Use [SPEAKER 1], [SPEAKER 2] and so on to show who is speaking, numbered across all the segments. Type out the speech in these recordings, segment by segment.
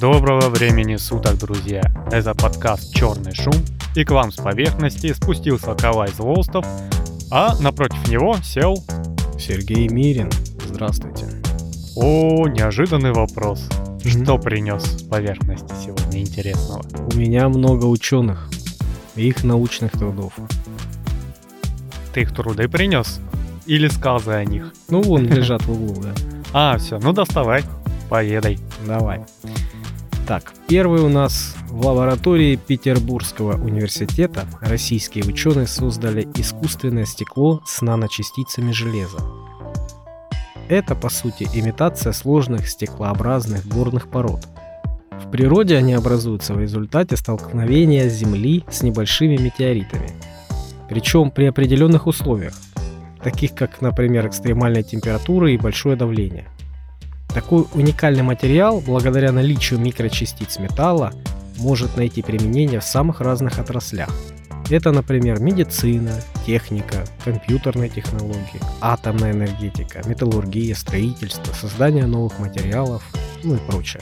[SPEAKER 1] Доброго времени суток, друзья! Это подкаст «Черный шум», и к вам с поверхности спустился Калай Злостов, а напротив него сел...
[SPEAKER 2] Сергей Мирин. Здравствуйте.
[SPEAKER 1] О, неожиданный вопрос. Что принес с поверхности сегодня интересного?
[SPEAKER 2] У меня много ученых и их научных трудов.
[SPEAKER 1] Ты их труды принес? Или сказы о них?
[SPEAKER 2] Ну, вон лежат в углу, да.
[SPEAKER 1] А, все, ну доставай, поедай.
[SPEAKER 2] Давай. Так, первый у нас в лаборатории Петербургского университета российские ученые создали искусственное стекло с наночастицами железа. Это, по сути, имитация сложных стеклообразных горных пород. В природе они образуются в результате столкновения Земли с небольшими метеоритами. Причем при определенных условиях, таких как, например, экстремальная температура и большое давление. Такой уникальный материал, благодаря наличию микрочастиц металла, может найти применение в самых разных отраслях. Это, например, медицина, техника, компьютерные технологии, атомная энергетика, металлургия, строительство, создание новых материалов, ну и прочее.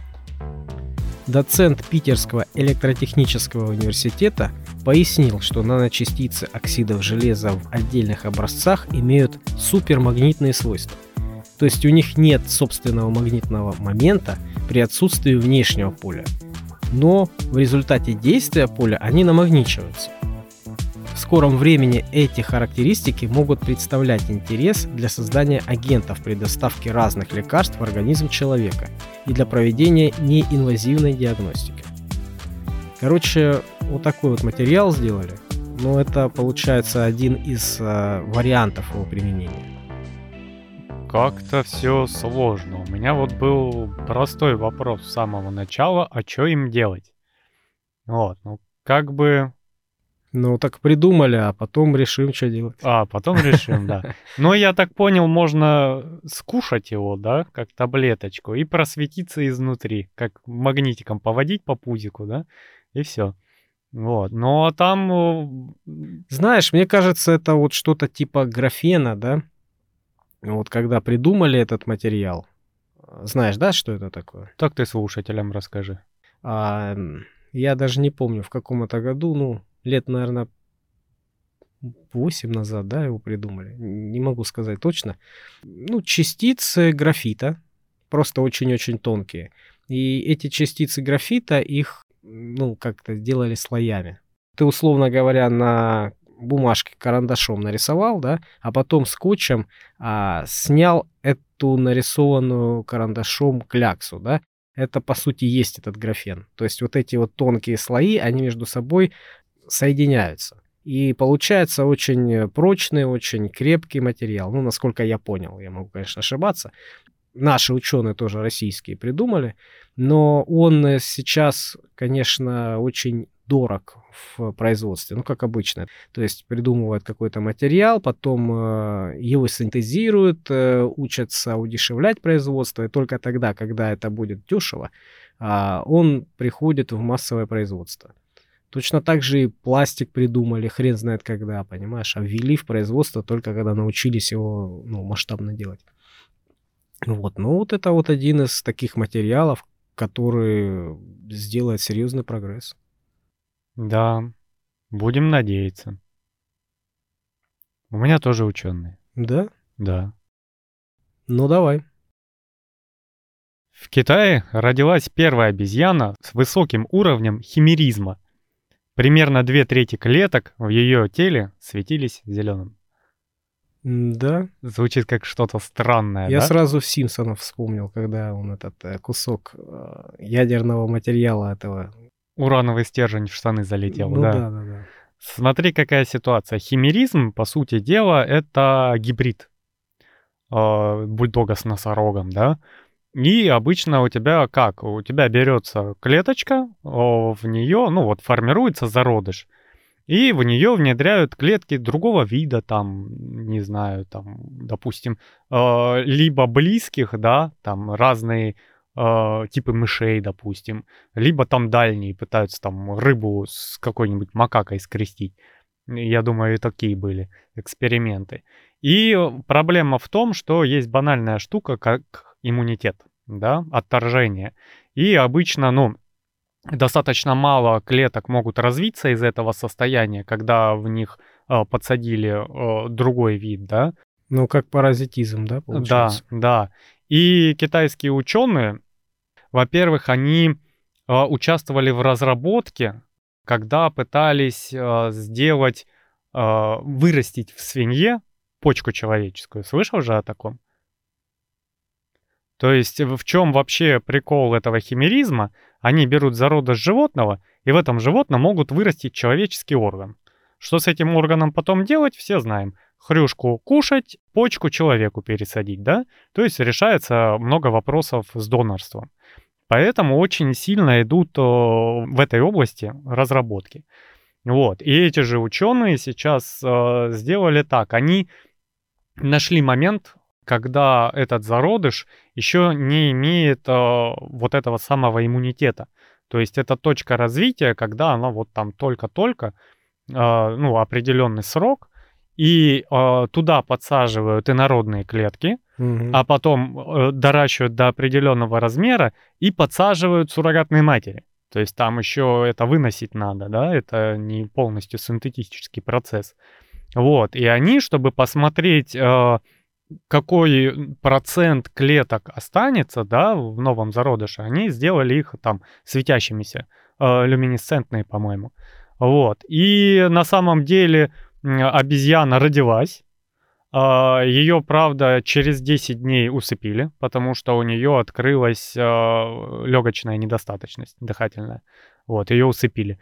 [SPEAKER 2] Доцент Питерского электротехнического университета пояснил, что наночастицы оксидов железа в отдельных образцах имеют супермагнитные свойства. То есть у них нет собственного магнитного момента при отсутствии внешнего поля. Но в результате действия поля они намагничиваются. В скором времени эти характеристики могут представлять интерес для создания агентов при доставке разных лекарств в организм человека и для проведения неинвазивной диагностики. Короче, вот такой вот материал сделали, но это получается один из вариантов его применения.
[SPEAKER 1] Как-то все сложно. У меня вот был простой вопрос с самого начала, а что им делать? Вот, ну как бы...
[SPEAKER 2] Ну так придумали, а потом решим, что делать.
[SPEAKER 1] А, потом решим, да. Но я так понял, можно скушать его, да, как таблеточку, и просветиться изнутри, как магнитиком поводить по пузику, да, и все. Вот, но там...
[SPEAKER 2] Знаешь, мне кажется, это вот что-то типа графена, да? Вот когда придумали этот материал, знаешь, да, что это такое?
[SPEAKER 1] Так ты слушателям расскажи.
[SPEAKER 2] Я даже не помню, в каком это году, ну, лет, наверное, 8 назад, да, его придумали. Не могу сказать точно. Ну, частицы графита, просто очень-очень тонкие. И эти частицы графита, их, ну, как-то делали слоями. Ты, условно говоря, на бумажке карандашом нарисовал, да, а потом скотчем снял эту нарисованную карандашом кляксу, да. Это, по сути, есть этот графен. То есть вот эти вот тонкие слои, они между собой соединяются. И получается очень прочный, очень крепкий материал. Ну, насколько я понял, я могу, конечно, ошибаться. Наши ученые тоже российские придумали, но он сейчас, конечно, очень дорог в производстве, ну, как обычно. То есть придумывают какой-то материал, потом его синтезируют, учатся удешевлять производство, и только тогда, когда это будет дешево, он приходит в массовое производство. Точно так же и пластик придумали, хрен знает когда, понимаешь, а ввели в производство только когда научились его, ну, масштабно делать. Вот, ну вот это вот один из таких материалов, который сделает серьезный прогресс.
[SPEAKER 1] Да, будем надеяться. У меня тоже ученые.
[SPEAKER 2] Да?
[SPEAKER 1] Да.
[SPEAKER 2] Ну давай.
[SPEAKER 1] В Китае родилась первая обезьяна с высоким уровнем химеризма. Примерно 2/3 клеток в ее теле светились зеленым.
[SPEAKER 2] Да.
[SPEAKER 1] Звучит как что-то странное,
[SPEAKER 2] Я
[SPEAKER 1] да?
[SPEAKER 2] сразу Симпсонов вспомнил, когда он этот кусок ядерного материала этого.
[SPEAKER 1] Урановый стержень в штаны залетел,
[SPEAKER 2] Ну
[SPEAKER 1] да.
[SPEAKER 2] да.
[SPEAKER 1] Смотри, какая ситуация. Химеризм, по сути дела, это гибрид бульдога с носорогом, да? И обычно у тебя как? У тебя берется клеточка, в нее, ну вот, формируется зародыш, и в нее внедряют клетки другого вида, там, не знаю, там, допустим, либо близких, да, там разные типы мышей, допустим, либо там дальние пытаются там рыбу с какой-нибудь макакой скрестить. Я думаю, и такие были эксперименты. И проблема в том, что есть банальная штука, как иммунитет, да, отторжение. и обычно, ну, достаточно мало клеток могут развиться из этого состояния, когда в них подсадили другой вид, да?
[SPEAKER 2] Ну, как паразитизм, да,
[SPEAKER 1] Да,
[SPEAKER 2] получается?
[SPEAKER 1] да. И китайские ученые, во-первых, они участвовали в разработке, когда пытались сделать, вырастить в свинье почку человеческую. Слышал же о таком? То есть в чем вообще прикол этого химеризма? Они берут зародыш животного, и в этом животном могут вырастить человеческий орган. Что с этим органом потом делать, все знаем. Хрюшку кушать, почку человеку пересадить, да? То есть решается много вопросов с донорством. Поэтому очень сильно идут в этой области разработки. Вот. И эти же ученые сейчас сделали так. Они нашли момент, когда этот зародыш еще не имеет вот этого самого иммунитета. То есть это точка развития, когда она вот там только-только, ну, определенный срок, и туда подсаживают инородные клетки,
[SPEAKER 2] Мгм.
[SPEAKER 1] а потом доращивают до определенного размера и подсаживают суррогатные матери. То есть там еще это выносить надо, да, это не полностью синтетический процесс. Вот, и они, чтобы посмотреть, какой процент клеток останется, да, в новом зародыше, они сделали их там светящимися, люминесцентные, по-моему. Вот, и на самом деле обезьяна родилась, ее, правда, через 10 дней усыпили, потому что у нее открылась легочная недостаточность дыхательная. Вот, ее усыпили.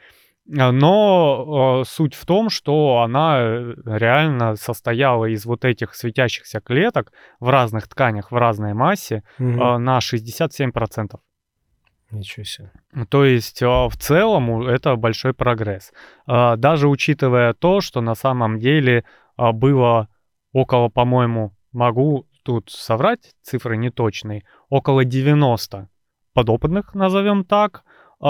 [SPEAKER 1] Но суть в том, что она реально состояла из вот этих светящихся клеток в разных тканях, в разной массе
[SPEAKER 2] Мгм.
[SPEAKER 1] на 67%.
[SPEAKER 2] Ничего себе.
[SPEAKER 1] То есть в целом это большой прогресс. Даже учитывая то, что на самом деле было около, по-моему, могу тут соврать, цифры неточные, около 90 подопытных, назовем так.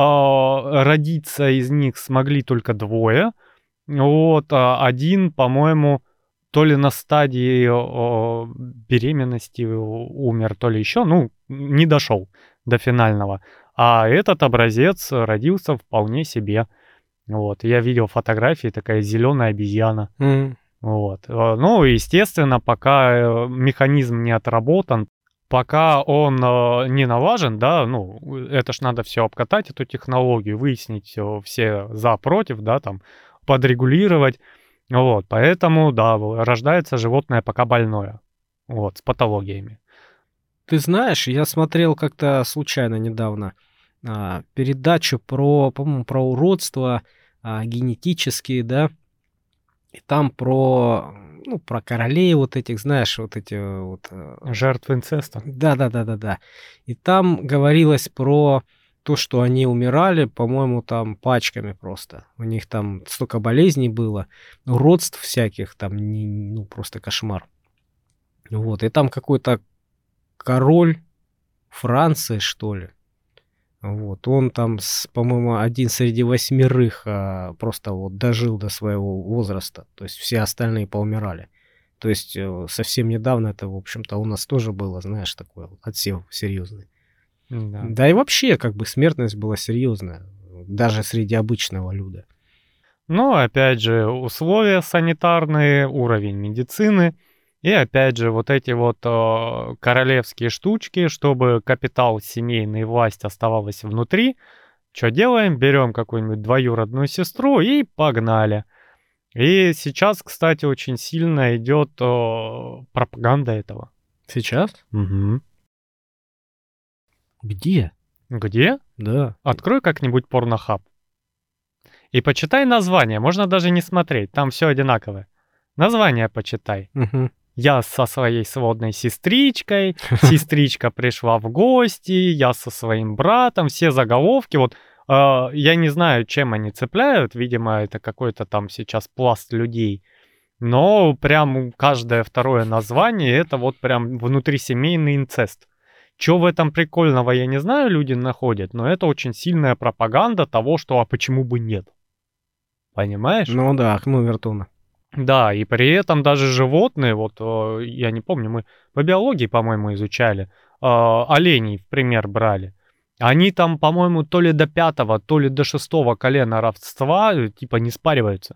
[SPEAKER 1] Родиться из них смогли только двое. Вот, один, по-моему, то ли на стадии беременности умер, то ли еще, ну, не дошел до финального. А этот образец родился вполне себе. Вот, я видел фотографии, такая зеленая обезьяна.
[SPEAKER 2] Мгм.
[SPEAKER 1] Вот. Ну, естественно, пока механизм не отработан, пока он не налажен, да, ну, это ж надо все обкатать, эту технологию, выяснить все за, против, да, там, подрегулировать. Вот, поэтому, да, рождается животное пока больное, вот, с патологиями.
[SPEAKER 2] Ты знаешь, я смотрел как-то случайно недавно передачу про, по-моему, про уродство генетические, да, и там про, ну, про королей вот этих, знаешь, вот эти вот...
[SPEAKER 1] Жертвы инцеста.
[SPEAKER 2] Да-да-да-да-да. И там говорилось про то, что они умирали, по-моему, там пачками просто. У них там столько болезней было, уродств всяких, там, ну, просто кошмар. Вот, и там какой-то король Франции, что ли. Вот, он там, по-моему, один среди 8 просто вот дожил до своего возраста. То есть все остальные поумирали. То есть совсем недавно это, в общем-то, у нас тоже было, знаешь, такой вот отсев серьезный.
[SPEAKER 1] Да.
[SPEAKER 2] Да и вообще, как бы смертность была серьезная, даже среди обычного люда.
[SPEAKER 1] Но, опять же, условия санитарные, уровень медицины. И опять же, вот эти вот королевские штучки, чтобы капитал семейный, власть оставалась внутри. Что делаем? Берем какую-нибудь двоюродную сестру и погнали. И сейчас, кстати, очень сильно идет пропаганда этого.
[SPEAKER 2] Сейчас?
[SPEAKER 1] Мгм.
[SPEAKER 2] Где?
[SPEAKER 1] Где?
[SPEAKER 2] Да.
[SPEAKER 1] Открой как-нибудь порнохаб. И почитай название. Можно даже не смотреть, там все одинаковое. Название почитай.
[SPEAKER 2] Мгм.
[SPEAKER 1] Я со своей сводной сестричкой, сестричка пришла в гости, я со своим братом, все заголовки. Вот я не знаю, чем они цепляют, видимо, это какой-то там сейчас пласт людей. Но прям каждое второе название это вот прям внутрисемейный инцест. Чё в этом прикольного, я не знаю, люди находят, но это очень сильная пропаганда того, что а почему бы нет. Понимаешь?
[SPEAKER 2] Ну да, окно Вертона.
[SPEAKER 1] Да, и при этом даже животные, вот я не помню, мы по биологии, по-моему, изучали, оленей в пример брали. Они там, по-моему, то ли до 5-го, то ли до 6-го колена родства, типа, не спариваются.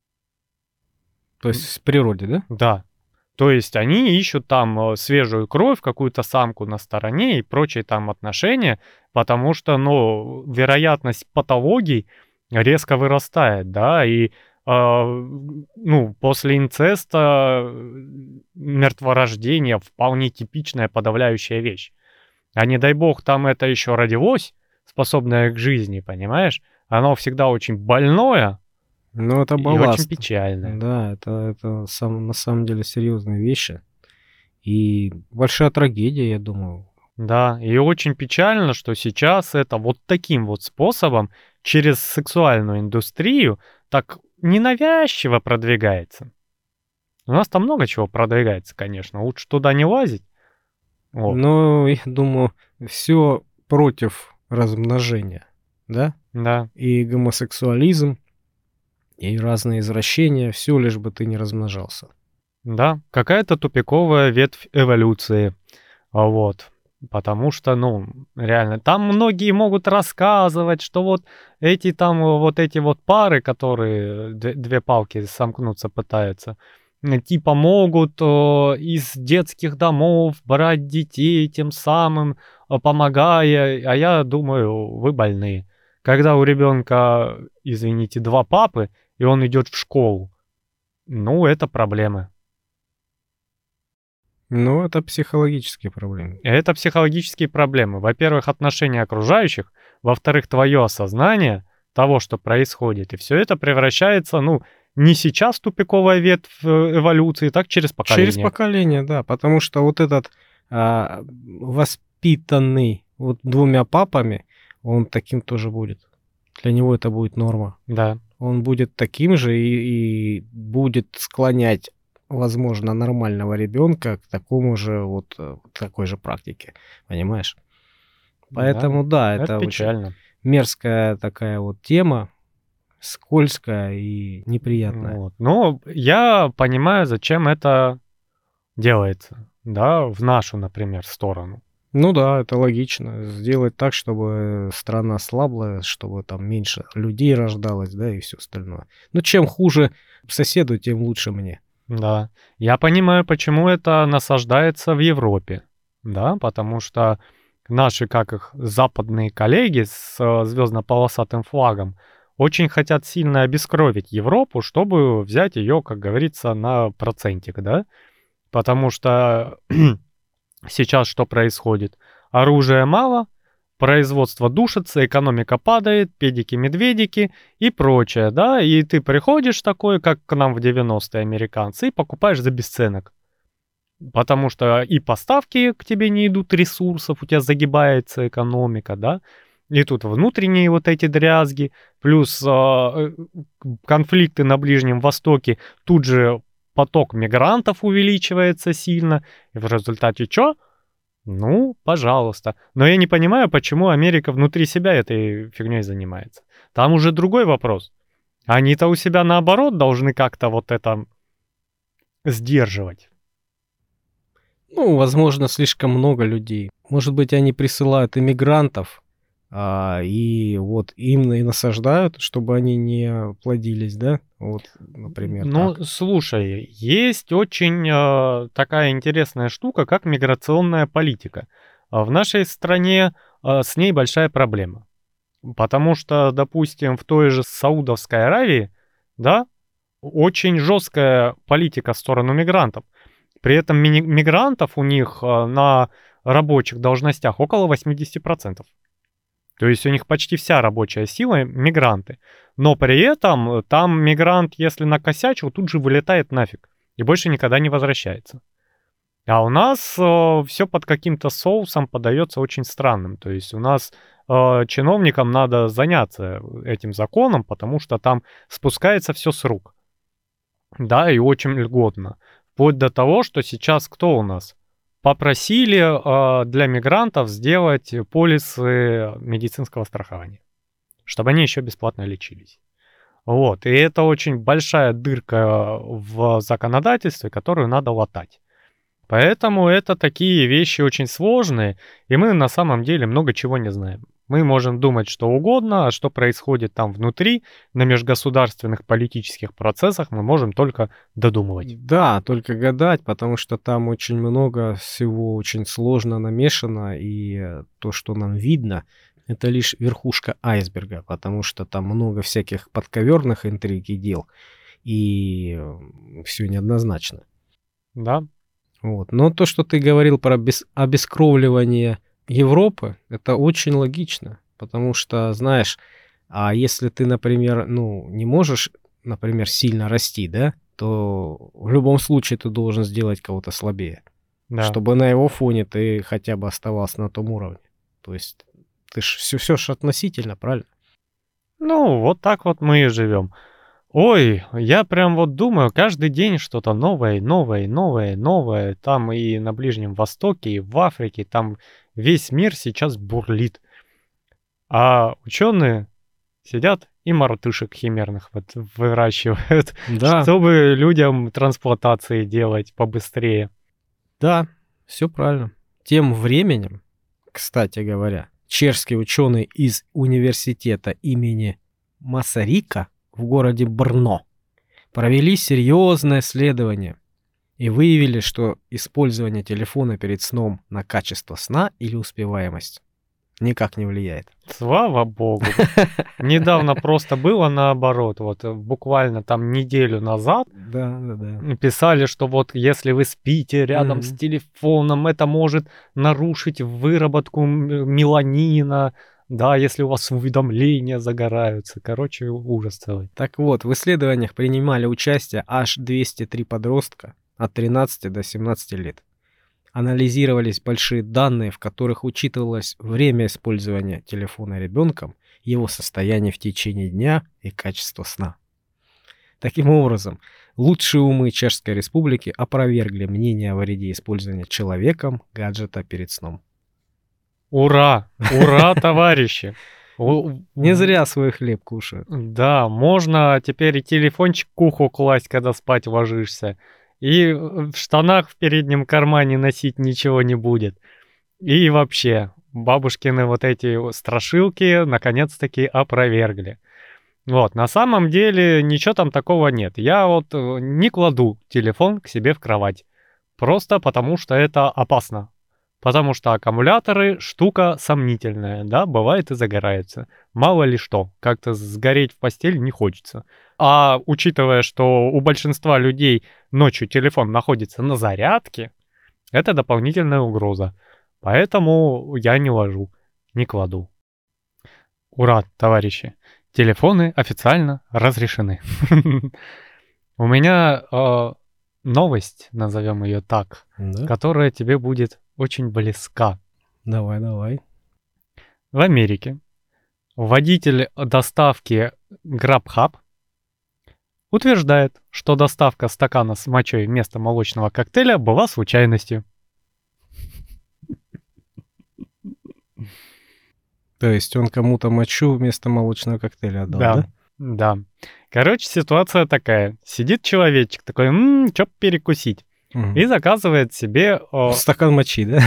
[SPEAKER 2] То есть в природе, да?
[SPEAKER 1] Да. То есть они ищут там свежую кровь, какую-то самку на стороне и прочие там отношения, потому что, ну, вероятность патологий резко вырастает, да, и, ну, после инцеста мертворождение вполне типичная подавляющая вещь. А не дай бог там это еще родилось, способное к жизни, понимаешь? Оно всегда очень больное
[SPEAKER 2] Ну, это
[SPEAKER 1] и очень
[SPEAKER 2] балласт.
[SPEAKER 1] печальное.
[SPEAKER 2] Да, это на самом деле серьезные вещи. И большая трагедия, я думаю.
[SPEAKER 1] Да, и очень печально, что сейчас это вот таким вот способом через сексуальную индустрию так ненавязчиво продвигается. У нас там много чего продвигается, конечно, лучше туда не лазить. Вот,
[SPEAKER 2] Но я думаю, все против размножения, да?
[SPEAKER 1] да,
[SPEAKER 2] И гомосексуализм, и разные извращения, все лишь бы ты не размножался.
[SPEAKER 1] да, какая-то тупиковая ветвь эволюции. Вот. Потому что, ну, реально, там многие могут рассказывать, что вот эти там, вот эти вот пары, которые две палки сомкнуться пытаются, типа могут из детских домов брать детей, тем самым помогая, а я думаю, вы больны. Когда у ребенка, извините, два папы, и он идет в школу, ну, это проблемы.
[SPEAKER 2] Но это психологические проблемы.
[SPEAKER 1] Это психологические проблемы. Во-первых, отношения окружающих, во-вторых, твое осознание того, что происходит. И все это превращается, ну, не сейчас тупиковая ветвь эволюции, так через
[SPEAKER 2] Через
[SPEAKER 1] поколение.
[SPEAKER 2] поколение, да, потому что вот этот воспитанный вот двумя папами, он таким тоже будет. Для него это будет норма.
[SPEAKER 1] Да,
[SPEAKER 2] Он будет таким же и будет склонять, возможно, нормального ребенка к такому же вот такой же практике, понимаешь?
[SPEAKER 1] да,
[SPEAKER 2] Поэтому да,
[SPEAKER 1] это
[SPEAKER 2] это очень
[SPEAKER 1] печально.
[SPEAKER 2] мерзкая такая вот тема, скользкая и неприятная.
[SPEAKER 1] Вот. Но я понимаю, зачем это делается, да, в нашу, например, сторону.
[SPEAKER 2] Ну да, это логично. Сделать так, чтобы страна слабла, чтобы там меньше людей рождалось, да, и все остальное. Ну, чем хуже соседу, тем лучше мне.
[SPEAKER 1] Да, я понимаю, почему это насаждается в Европе, да, потому что наши, как их, западные коллеги с звездно-полосатым флагом очень хотят сильно обескровить Европу, чтобы взять ее, как говорится, на процентик, да, потому что сейчас что происходит? Оружия мало, производство душится, экономика падает, педики-медведики и прочее, да, и ты приходишь такой, как к нам в 90-е американцы, и покупаешь за бесценок. Потому что и поставки к тебе не идут ресурсов, у тебя загибается экономика, да, и тут внутренние вот эти дрязги, плюс конфликты на Ближнем Востоке, тут же поток мигрантов увеличивается сильно, и в результате что? Ну, пожалуйста. Но я не понимаю, почему Америка внутри себя этой фигней занимается. Там уже другой вопрос. Они-то у себя наоборот должны как-то вот это сдерживать.
[SPEAKER 2] Ну, возможно, слишком много людей. Может быть, они присылают иммигрантов, и вот им и насаждают, чтобы они не плодились, да? Вот, например,
[SPEAKER 1] Ну,
[SPEAKER 2] так.
[SPEAKER 1] слушай, есть очень такая интересная штука, как миграционная политика. В нашей стране с ней большая проблема. Потому что, допустим, в той же Саудовской Аравии, да, очень жесткая политика в сторону мигрантов. При этом мигрантов у них на рабочих должностях около 80%. То есть у них почти вся рабочая сила мигранты. Но при этом там мигрант, если накосячил, тут же вылетает нафиг и больше никогда не возвращается. А у нас все под каким-то соусом подается очень странным. То есть у нас чиновникам надо заняться этим законом, потому что там спускается все с рук. Да, и очень льготно. Вплоть до того, что сейчас кто у нас? Попросили для мигрантов сделать полисы медицинского страхования, чтобы они еще бесплатно лечились. Вот, и это очень большая дырка в законодательстве, которую надо латать. Поэтому это такие вещи очень сложные, и мы на самом деле много чего не знаем. Мы можем думать что угодно, а что происходит там внутри, на межгосударственных политических процессах, мы можем только додумывать.
[SPEAKER 2] Да, только гадать, потому что там очень много всего очень сложно намешано, и то, что нам видно, это лишь верхушка айсберга, потому что там много всяких подковерных интриг и дел, и все неоднозначно.
[SPEAKER 1] Да,
[SPEAKER 2] Вот. Но то, что ты говорил про обескровливание Европы, это очень логично, потому что, знаешь, а если ты, например, не можешь, например, сильно расти, да, то в любом случае ты должен сделать кого-то слабее,
[SPEAKER 1] да.
[SPEAKER 2] чтобы на его фоне ты хотя бы оставался на том уровне. То есть ты ж все ж относительно, правильно?
[SPEAKER 1] Ну, вот так вот мы и живем. Ой, я прям вот думаю, каждый день что-то новое, новое, новое, новое. Там и на Ближнем Востоке, и в Африке, там весь мир сейчас бурлит. А ученые сидят и мартышек химерных вот выращивают,
[SPEAKER 2] Да,
[SPEAKER 1] чтобы людям трансплантации делать побыстрее.
[SPEAKER 2] да, все правильно. Тем временем, кстати говоря, чешский ученый из университета имени Масарика в городе Брно провели серьезное исследование и выявили, что использование телефона перед сном на качество сна или успеваемость никак не влияет.
[SPEAKER 1] Слава богу. Недавно просто было наоборот. Вот буквально там неделю назад
[SPEAKER 2] Да.
[SPEAKER 1] писали, что вот если вы спите рядом с телефоном, это может нарушить выработку меланина. Да, если у вас уведомления загораются. Короче, ужас целый.
[SPEAKER 2] Так вот, в исследованиях принимали участие аж 203 подростка от 13 до 17 лет. Анализировались большие данные, в которых учитывалось время использования телефона ребенком, его состояние в течение дня и качество сна. Таким образом, лучшие умы Чешской Республики опровергли мнение о вреде использования человеком гаджета перед сном.
[SPEAKER 1] Ура! Ура, товарищи!
[SPEAKER 2] Не зря свой хлеб кушают.
[SPEAKER 1] Да, можно теперь и телефончик к уху класть, когда спать ложишься. И в штанах в переднем кармане носить ничего не будет. И вообще, бабушкины вот эти страшилки наконец-таки опровергли. Вот, на самом деле ничего там такого нет. Я вот не кладу телефон к себе в кровать. Просто потому что это опасно. Потому что аккумуляторы штука сомнительная, да, бывает и загорается. Мало ли что, как-то сгореть в постель не хочется. А учитывая, что у большинства людей ночью телефон находится на зарядке, это дополнительная угроза. Поэтому я не ложу, не кладу. Ура, товарищи! Телефоны официально разрешены. У меня новость, назовем ее так, которая тебе будет очень близка.
[SPEAKER 2] Давай.
[SPEAKER 1] В Америке водитель доставки Grubhub утверждает, что доставка стакана с мочой вместо молочного коктейля была случайностью.
[SPEAKER 2] То есть он кому-то мочу вместо молочного коктейля отдал, да?
[SPEAKER 1] Да. Короче, ситуация такая. Сидит человечек такой, чё перекусить? И заказывает себе...
[SPEAKER 2] стакан мочи, да?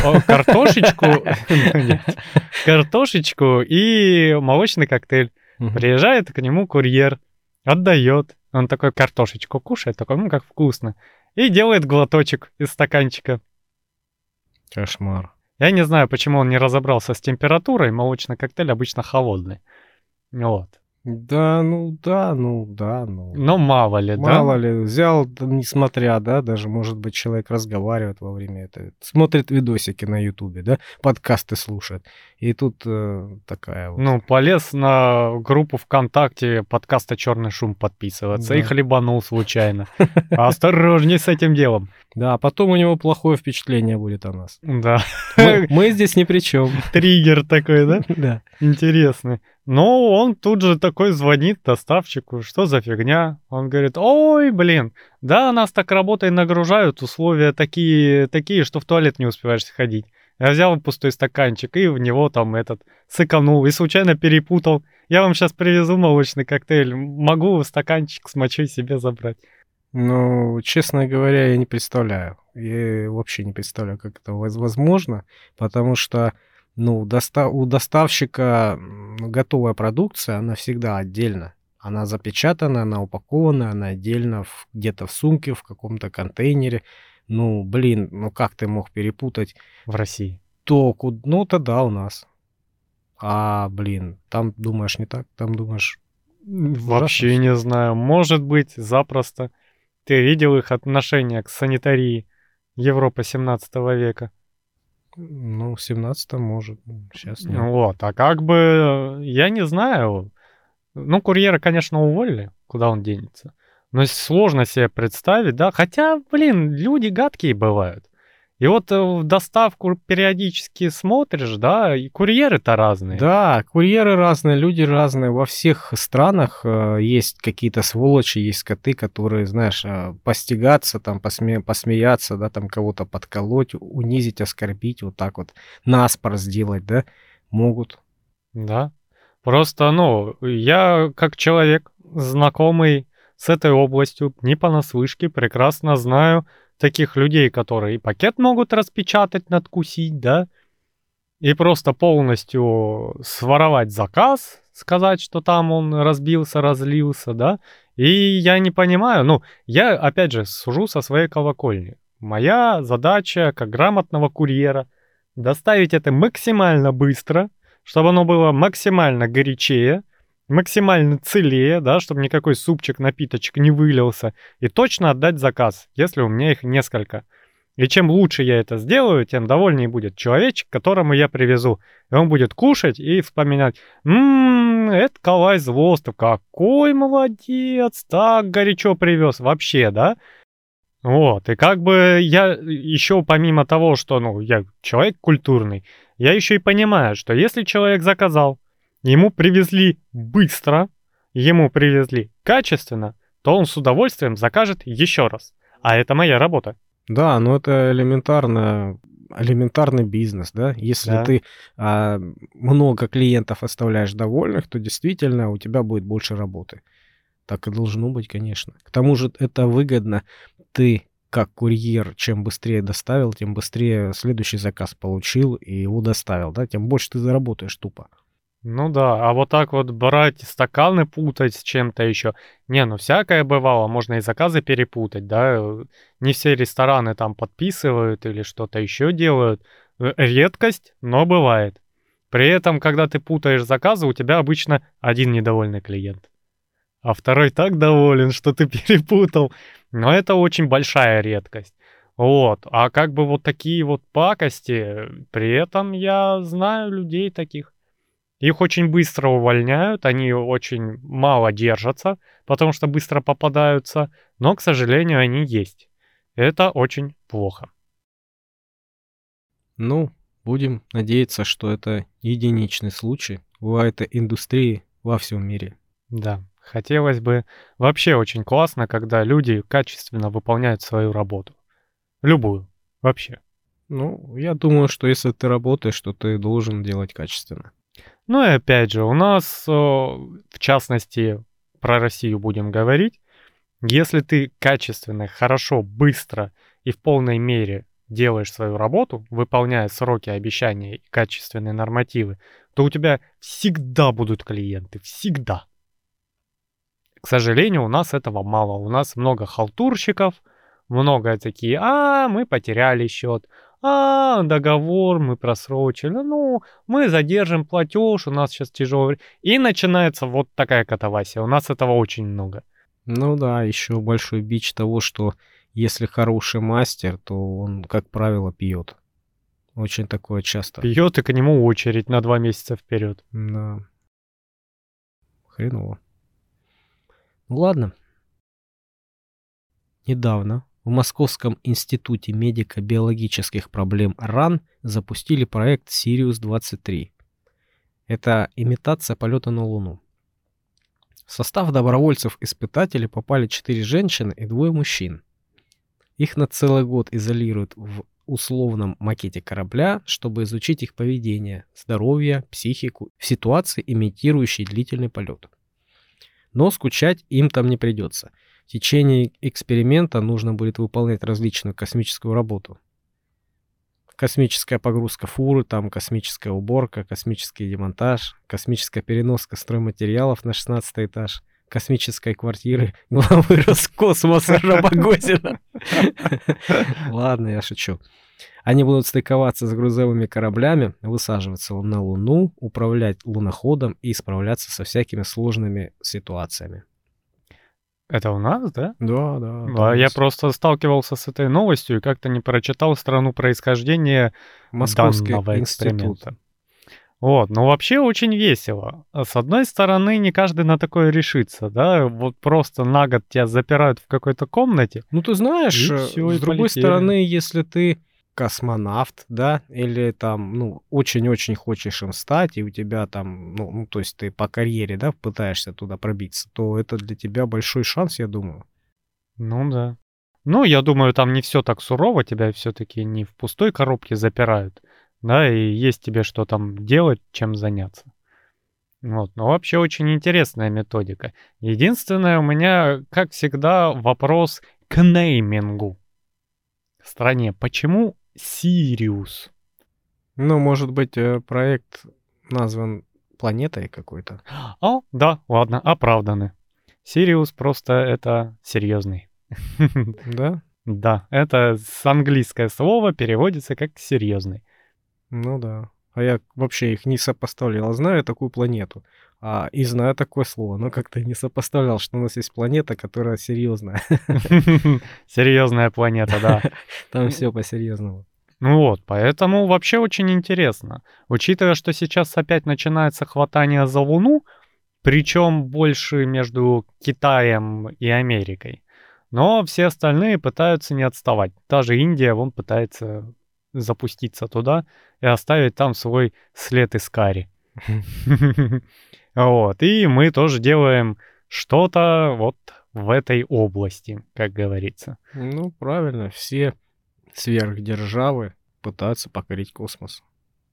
[SPEAKER 1] Картошечку и молочный коктейль. Приезжает к нему курьер, отдает. Он такой картошечку кушает, такой, как вкусно. И делает глоточек из стаканчика.
[SPEAKER 2] Кошмар.
[SPEAKER 1] Я не знаю, почему он не разобрался с температурой. Молочный коктейль обычно холодный. Вот.
[SPEAKER 2] Да.
[SPEAKER 1] Но мало ли, да?
[SPEAKER 2] Мало ли, взял, несмотря, да, даже, может быть, человек разговаривает во время этого, смотрит видосики на Ютубе, да, подкасты слушает, и тут такая вот.
[SPEAKER 1] Полез на группу ВКонтакте подкаста «Черный шум» подписываться и хлебанул случайно. Осторожней с этим делом.
[SPEAKER 2] Да, потом у него плохое впечатление будет о нас.
[SPEAKER 1] Да.
[SPEAKER 2] Мы здесь ни при чем.
[SPEAKER 1] Триггер такой, да?
[SPEAKER 2] Да.
[SPEAKER 1] Интересный. Но он тут же такой звонит доставщику, что за фигня? Он говорит, ой, блин, да, нас так работой нагружают, условия такие, что в туалет не успеваешь сходить. Я взял пустой стаканчик и в него там сыканул и случайно перепутал. Я вам сейчас привезу молочный коктейль, могу стаканчик с мочой себе забрать.
[SPEAKER 2] Ну, честно говоря, я не представляю. Я вообще не представляю, как это возможно, потому что, ну, у доставщика готовая продукция, она всегда отдельно. Она запечатана, она упакована, она отдельно где-то в сумке, в каком-то контейнере. Ну, блин, ну как ты мог перепутать
[SPEAKER 1] В России.
[SPEAKER 2] Ну, тогда у нас. А, блин, там думаешь не так, там думаешь ужасно
[SPEAKER 1] Вообще
[SPEAKER 2] все.
[SPEAKER 1] не знаю. Может быть, запросто. Ты видел их отношение к санитарии Европы 17 века?
[SPEAKER 2] Ну, в 17-м может, сейчас нет.
[SPEAKER 1] Вот, а как бы, я не знаю. Ну, курьера, конечно, уволили, куда он денется. Но сложно себе представить, да. Хотя, блин, люди гадкие бывают. И вот в доставку периодически смотришь, да, и курьеры-то разные.
[SPEAKER 2] Да, курьеры разные, люди разные. Во всех странах есть какие-то сволочи, есть коты, которые, знаешь, постигаться, там, посмеяться, да, там кого-то подколоть, унизить, оскорбить, вот так вот, наспор сделать, да, могут.
[SPEAKER 1] Да. Просто, ну, я как человек, знакомый с этой областью, не понаслышке, прекрасно знаю таких людей, которые и пакет могут распечатать, надкусить, да, и просто полностью своровать заказ, сказать, что там он разбился, разлился, да. И я не понимаю, ну, я, опять же, сужу со своей колокольни. Моя задача, как грамотного курьера, доставить это максимально быстро, чтобы оно было максимально горячее, максимально целее, да, чтобы никакой супчик, напиточек не вылился, и точно отдать заказ, если у меня их несколько. И чем лучше я это сделаю, тем довольнее будет человечек, которому я привезу. И он будет кушать и вспоминать: это Калай Злостов, какой молодец, так горячо привез вообще, да? Вот, и как бы я еще помимо того, что, ну, я человек культурный, я еще и понимаю, что если человек заказал, ему привезли быстро, ему привезли качественно, то он с удовольствием закажет еще раз. А это моя работа.
[SPEAKER 2] Да, но это элементарный бизнес, да. Если
[SPEAKER 1] Да.
[SPEAKER 2] ты много клиентов оставляешь довольных, то действительно у тебя будет больше работы. Так и должно быть, конечно. К тому же это выгодно. Ты, как курьер, чем быстрее доставил, тем быстрее следующий заказ получил и его доставил, да, тем больше ты заработаешь тупо.
[SPEAKER 1] Ну да, а вот так вот брать стаканы, путать с чем-то еще. Не, ну всякое бывало, можно и заказы перепутать, да. Не все рестораны там подписывают или что-то еще делают. Редкость, но бывает. При этом, когда ты путаешь заказы, у тебя обычно один недовольный клиент, а второй так доволен, что ты перепутал. Но это очень большая редкость. Вот. А как бы вот такие вот пакости, при этом я знаю людей таких. Их очень быстро увольняют, они очень мало держатся, потому что быстро попадаются, но, к сожалению, они есть. Это очень плохо.
[SPEAKER 2] Ну, будем надеяться, что это единичный случай в этой индустрии во всем мире.
[SPEAKER 1] Да, хотелось бы. Вообще очень классно, когда люди качественно выполняют свою работу. Любую. Вообще.
[SPEAKER 2] Ну, я думаю, что если ты работаешь, то ты должен делать качественно.
[SPEAKER 1] Ну и опять же, у нас, в частности, про Россию будем говорить. Если ты качественно, хорошо, быстро и в полной мере делаешь свою работу, выполняя сроки, обещания и качественные нормативы, то у тебя всегда будут клиенты, всегда. К сожалению, у нас этого мало. У нас много халтурщиков, много такие: мы потеряли счет, договор мы просрочили, ну, мы задержим платеж, у нас сейчас тяжелый. И начинается вот такая катавасия. У нас этого очень много.
[SPEAKER 2] Ну да, еще большой бич того, что если хороший мастер, то он, как правило, пьет. Очень такое часто.
[SPEAKER 1] Пьет, и к нему очередь на 2 месяца вперед.
[SPEAKER 2] Да, хреново. Ну ладно. Недавно в Московском институте медико-биологических проблем РАН запустили проект «Сириус-23». Это имитация полета на Луну. В состав добровольцев-испытателей попали 4 женщины и 2 мужчин. Их на целый год изолируют в условном макете корабля, чтобы изучить их поведение, здоровье, психику в ситуации, имитирующей длительный полет. но скучать им там не придется. В течение эксперимента нужно будет выполнять различную космическую работу. Космическая погрузка фуры, там космическая уборка, космический демонтаж, космическая переноска стройматериалов на 16 этаж, космической квартиры главы Роскосмоса Рабогозина. Ладно, я шучу. Они будут стыковаться с грузовыми кораблями, высаживаться на Луну, управлять луноходом и справляться со всякими сложными ситуациями.
[SPEAKER 1] Это у нас, да?
[SPEAKER 2] Да,
[SPEAKER 1] А я просто сталкивался с этой новостью и как-то не прочитал страну происхождения
[SPEAKER 2] Московский
[SPEAKER 1] данного
[SPEAKER 2] институт.
[SPEAKER 1] эксперимента. Вот, ну вообще очень весело. С одной стороны, не каждый на такое решится, да, вот просто на год тебя запирают в какой-то комнате.
[SPEAKER 2] Ну, ты знаешь,
[SPEAKER 1] И всё, и
[SPEAKER 2] с другой
[SPEAKER 1] полетели.
[SPEAKER 2] стороны, если ты космонавт, да, или там, ну, очень-очень хочешь им стать, и у тебя там, ну, то есть ты по карьере, да, пытаешься туда пробиться, то это для тебя большой шанс, я думаю.
[SPEAKER 1] Ну да. Ну, я думаю, там не все так сурово, тебя все-таки не в пустой коробке запирают, да, и есть тебе что там делать, чем заняться. Вот, но вообще очень интересная методика. Единственное, у меня, как всегда, вопрос к неймингу в стране. Почему Сириус?
[SPEAKER 2] Ну, может быть, проект назван планетой какой-то.
[SPEAKER 1] О, да, ладно, оправданы. Сириус просто это серьезный.
[SPEAKER 2] Да?
[SPEAKER 1] Да, это с английское слово переводится как серьезный.
[SPEAKER 2] Ну да. А я вообще их не сопоставлял. Знаю такую планету, и знаю такое слово, но как-то не сопоставлял, что у нас есть планета, которая серьезная.
[SPEAKER 1] Серьезная планета, да.
[SPEAKER 2] Там все по-серьезному.
[SPEAKER 1] Ну вот, поэтому вообще очень интересно. Учитывая, что сейчас опять начинается хватание за Луну, причем больше между Китаем и Америкой. Но все остальные пытаются не отставать. Даже Индия, вон, пытается запуститься туда и оставить там свой след Искари. Вот, и мы тоже делаем что-то вот в этой области, как говорится.
[SPEAKER 2] Ну, правильно, все сверхдержавы пытаются покорить космос.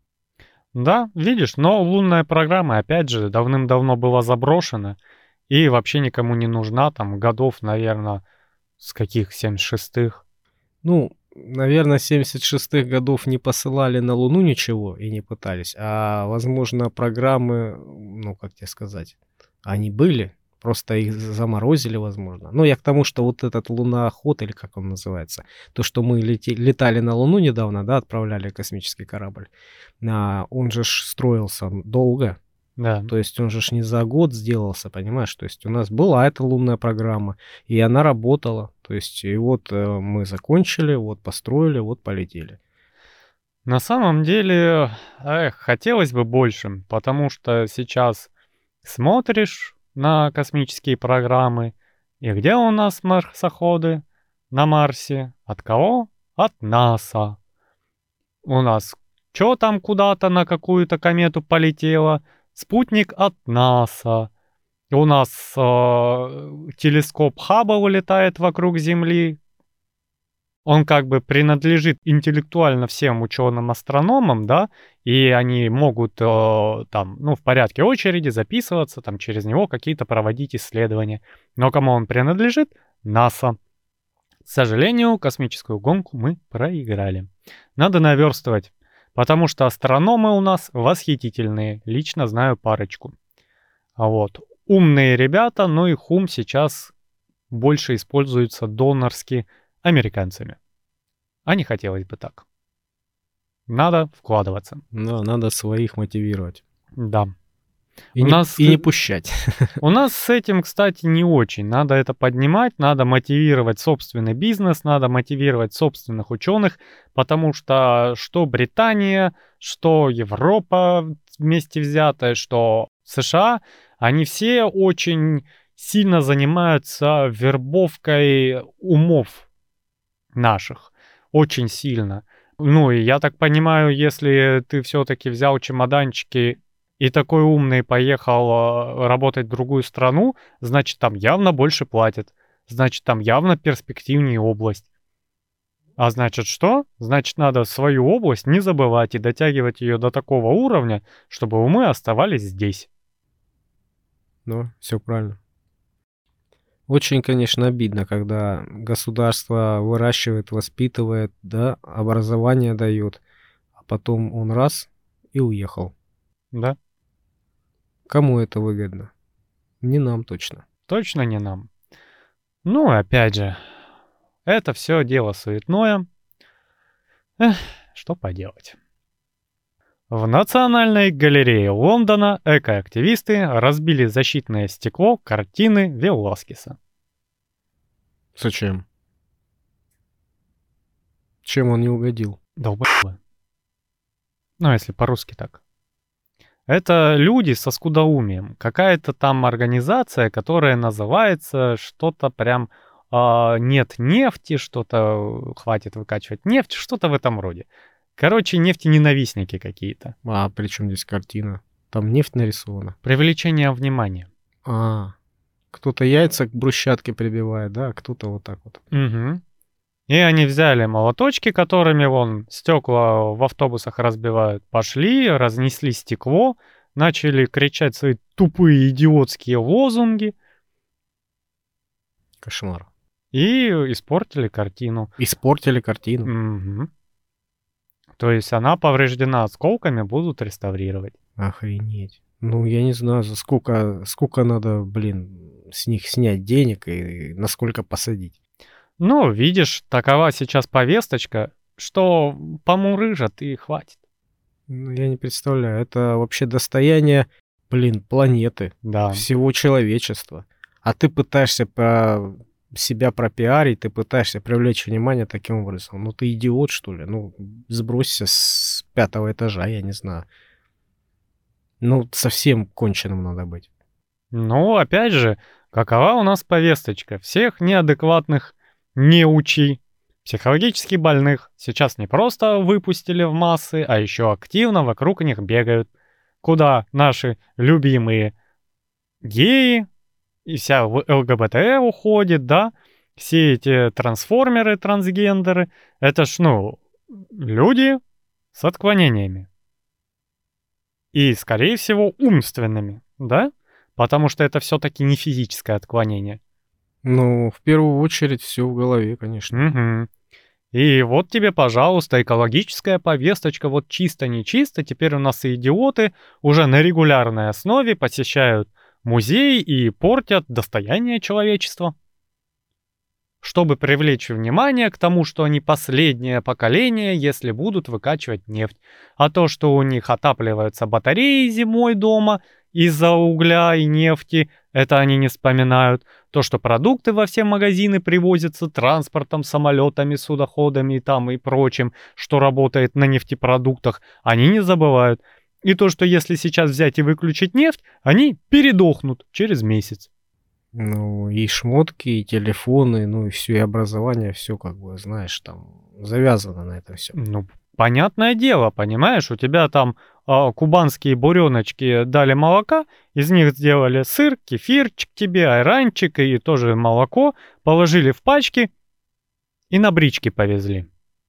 [SPEAKER 1] Да, видишь, но лунная программа, опять же, давным-давно была заброшена и вообще никому не нужна, там, годов, наверное, с каких, 76-х.
[SPEAKER 2] Ну, наверное, 76-х годов не посылали на Луну ничего и не пытались, а, возможно, программы, ну, как тебе сказать, они были, просто их заморозили, возможно. Ну, я к тому, что вот этот луноход, или как он называется, то, что мы летали на Луну недавно, да, отправляли космический корабль, он же ж строился долго,
[SPEAKER 1] Да.
[SPEAKER 2] то есть он же ж не за год сделался, понимаешь? То есть у нас была эта лунная программа, и она работала. То есть и вот мы закончили, вот построили, вот полетели.
[SPEAKER 1] На самом деле, хотелось бы больше, потому что сейчас смотришь на космические программы, и где у нас марсоходы на Марсе? От кого? От НАСА. У нас что там куда-то на какую-то комету полетело? Спутник от НАСА. У нас телескоп Хаббл летает вокруг Земли. Он как бы принадлежит интеллектуально всем ученым-астрономам, да, и они могут там, ну, в порядке очереди записываться, там, через него какие-то проводить исследования. Но кому он принадлежит? НАСА. К сожалению, космическую гонку мы проиграли. Надо наверстывать, потому что астрономы у нас восхитительные. Лично знаю парочку. А вот умные ребята, но их ум сейчас больше используется донорски американцами. А не хотелось бы так. Надо вкладываться.
[SPEAKER 2] Да, надо своих мотивировать.
[SPEAKER 1] Да.
[SPEAKER 2] И, не пущать.
[SPEAKER 1] У нас с этим, кстати, не очень. Надо это поднимать, надо мотивировать собственный бизнес, надо мотивировать собственных ученых, потому что Британия, что Европа вместе взятая, что США, они все очень сильно занимаются вербовкой умов наших. Очень сильно. Ну, и я так понимаю, если ты все-таки взял чемоданчики и такой умный поехал работать в другую страну, значит, там явно больше платят. Значит, там явно перспективнее область. А значит что? Значит, надо свою область не забывать и дотягивать ее до такого уровня, чтобы умы оставались здесь.
[SPEAKER 2] Ну, все правильно. Очень, конечно, обидно, когда государство выращивает, воспитывает, да, образование дает, а потом он раз и уехал.
[SPEAKER 1] Да,
[SPEAKER 2] Кому это выгодно? Не нам точно.
[SPEAKER 1] точно не нам. Ну, опять же, это все дело суетное. Эх, что поделать. В Национальной галерее Лондона экоактивисты разбили защитное стекло картины Веласкеса.
[SPEAKER 2] Зачем? Чем он не угодил?
[SPEAKER 1] Долбоёбы. Ну, если по-русски так. Это люди со скудоумием. Какая-то там организация, которая называется что-то прям «нет нефти», что-то «хватит выкачивать нефть», что-то в этом роде. Короче, нефтененавистники какие-то.
[SPEAKER 2] А при чем здесь картина? Там нефть нарисована.
[SPEAKER 1] Привлечение внимания.
[SPEAKER 2] А, кто-то яйца к брусчатке прибивает, да, а кто-то вот так вот.
[SPEAKER 1] Угу. И они взяли молоточки, которыми вон стекла в автобусах разбивают, пошли, разнесли стекло, начали кричать свои тупые идиотские лозунги
[SPEAKER 2] Кошмар.
[SPEAKER 1] и испортили картину.
[SPEAKER 2] Испортили картину.
[SPEAKER 1] Мгм. То есть она повреждена осколками, будут реставрировать.
[SPEAKER 2] Охренеть. Ну, я не знаю, за сколько надо, блин, с них снять денег и на сколько посадить.
[SPEAKER 1] Ну, видишь, такова сейчас повесточка, что помурыжат и хватит.
[SPEAKER 2] Ну, я не представляю, это вообще достояние, блин, планеты,
[SPEAKER 1] Да.
[SPEAKER 2] всего человечества. А ты пытаешься себя пропиарить, ты пытаешься привлечь внимание таким образом. Ну, ты идиот, что ли? Ну, сбросься с 5-го этажа, я не знаю. Ну, совсем конченым надо быть.
[SPEAKER 1] Ну, опять же, какова у нас повесточка? Всех неадекватных неучи, психологически больных сейчас не просто выпустили в массы, а еще активно вокруг них бегают. Куда наши любимые геи и вся ЛГБТ уходит, да? Все эти трансформеры, трансгендеры. Это ж, ну, люди с отклонениями. И, скорее всего, умственными, да? Потому что это все-таки не физическое отклонение.
[SPEAKER 2] Ну, в первую очередь все в голове, конечно.
[SPEAKER 1] Мгм. И вот тебе, пожалуйста, экологическая повесточка, вот чисто-не чисто. Теперь у нас и идиоты уже на регулярной основе посещают музей и портят достояние человечества. Чтобы привлечь внимание к тому, что они последнее поколение, если будут выкачивать нефть. А то, что у них отапливаются батареи зимой дома из-за угля и нефти, это они не вспоминают. То, что продукты во все магазины привозятся транспортом, самолетами, судоходами и там и прочим, что работает на нефтепродуктах, они не забывают. И то, что если сейчас взять и выключить нефть, они передохнут через месяц.
[SPEAKER 2] Ну, и шмотки, и телефоны, ну, и все, и образование, все, как бы, знаешь, там завязано на этом все.
[SPEAKER 1] Ну, понятное дело, понимаешь, у тебя там кубанские буреночки дали молока, из них сделали сыр, кефирчик тебе, айранчик и тоже молоко, положили в пачки и на бричке повезли.